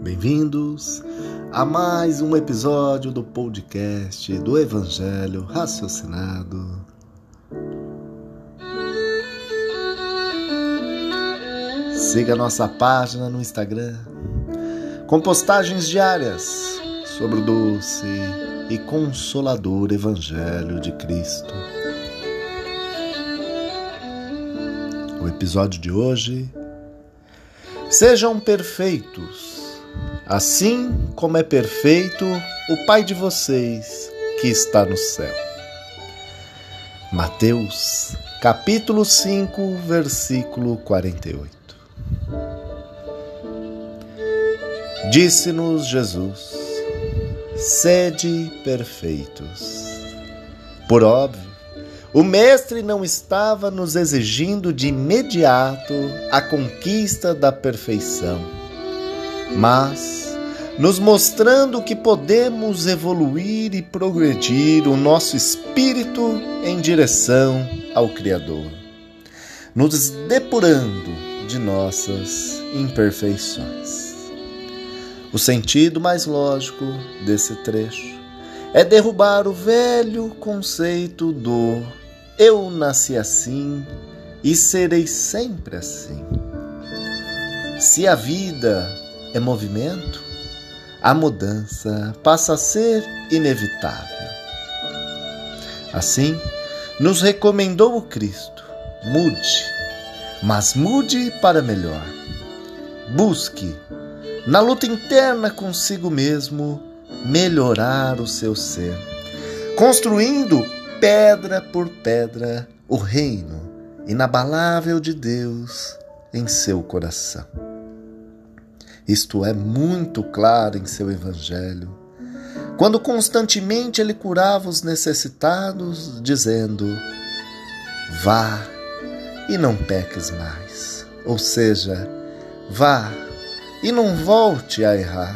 Bem-vindos a mais um episódio do podcast do Evangelho Raciocinado. Siga nossa página no Instagram com postagens diárias sobre o doce e consolador Evangelho de Cristo. O episódio de hoje: sejam perfeitos, assim como é perfeito o Pai de vocês que está no céu. Mateus, capítulo 5, versículo 48. Disse-nos Jesus: sede perfeitos. Por óbvio, o Mestre não estava nos exigindo de imediato a conquista da perfeição, mas nos mostrando que podemos evoluir e progredir o nosso espírito em direção ao Criador, nos depurando de nossas imperfeições. O sentido mais lógico desse trecho é derrubar o velho conceito do eu nasci assim e serei sempre assim. Se a vida é movimento, a mudança passa a ser inevitável. Assim, nos recomendou o Cristo: mude, mas mude para melhor. Busque, na luta interna consigo mesmo, melhorar o seu ser, construindo pedra por pedra o reino inabalável de Deus em seu coração. Isto é muito claro em seu Evangelho, quando constantemente ele curava os necessitados, dizendo: vá e não peques mais. Ou seja, vá e não volte a errar.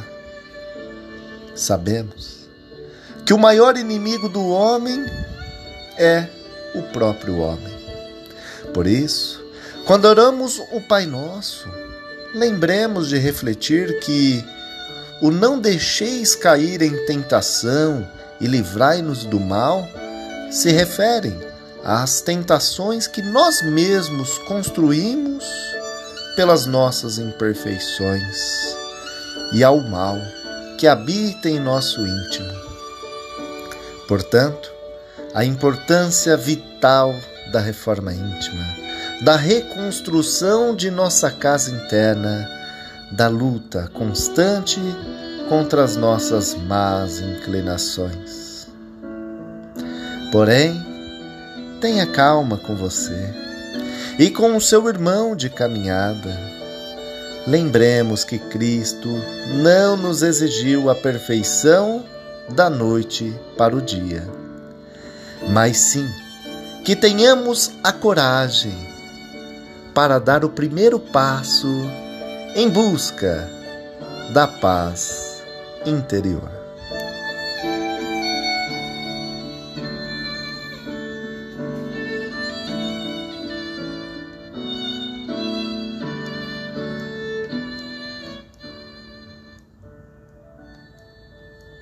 Sabemos que o maior inimigo do homem é o próprio homem. Por isso, quando oramos o Pai Nosso, lembremos de refletir que o não deixeis cair em tentação e livrai-nos do mal se referem às tentações que nós mesmos construímos pelas nossas imperfeições e ao mal que habita em nosso íntimo. Portanto, a importância vital da reforma íntima, da reconstrução de nossa casa interna, da luta constante contra as nossas más inclinações. Porém, tenha calma com você e com o seu irmão de caminhada. Lembremos que Cristo não nos exigiu a perfeição da noite para o dia, mas sim que tenhamos a coragem para dar o primeiro passo em busca da paz interior.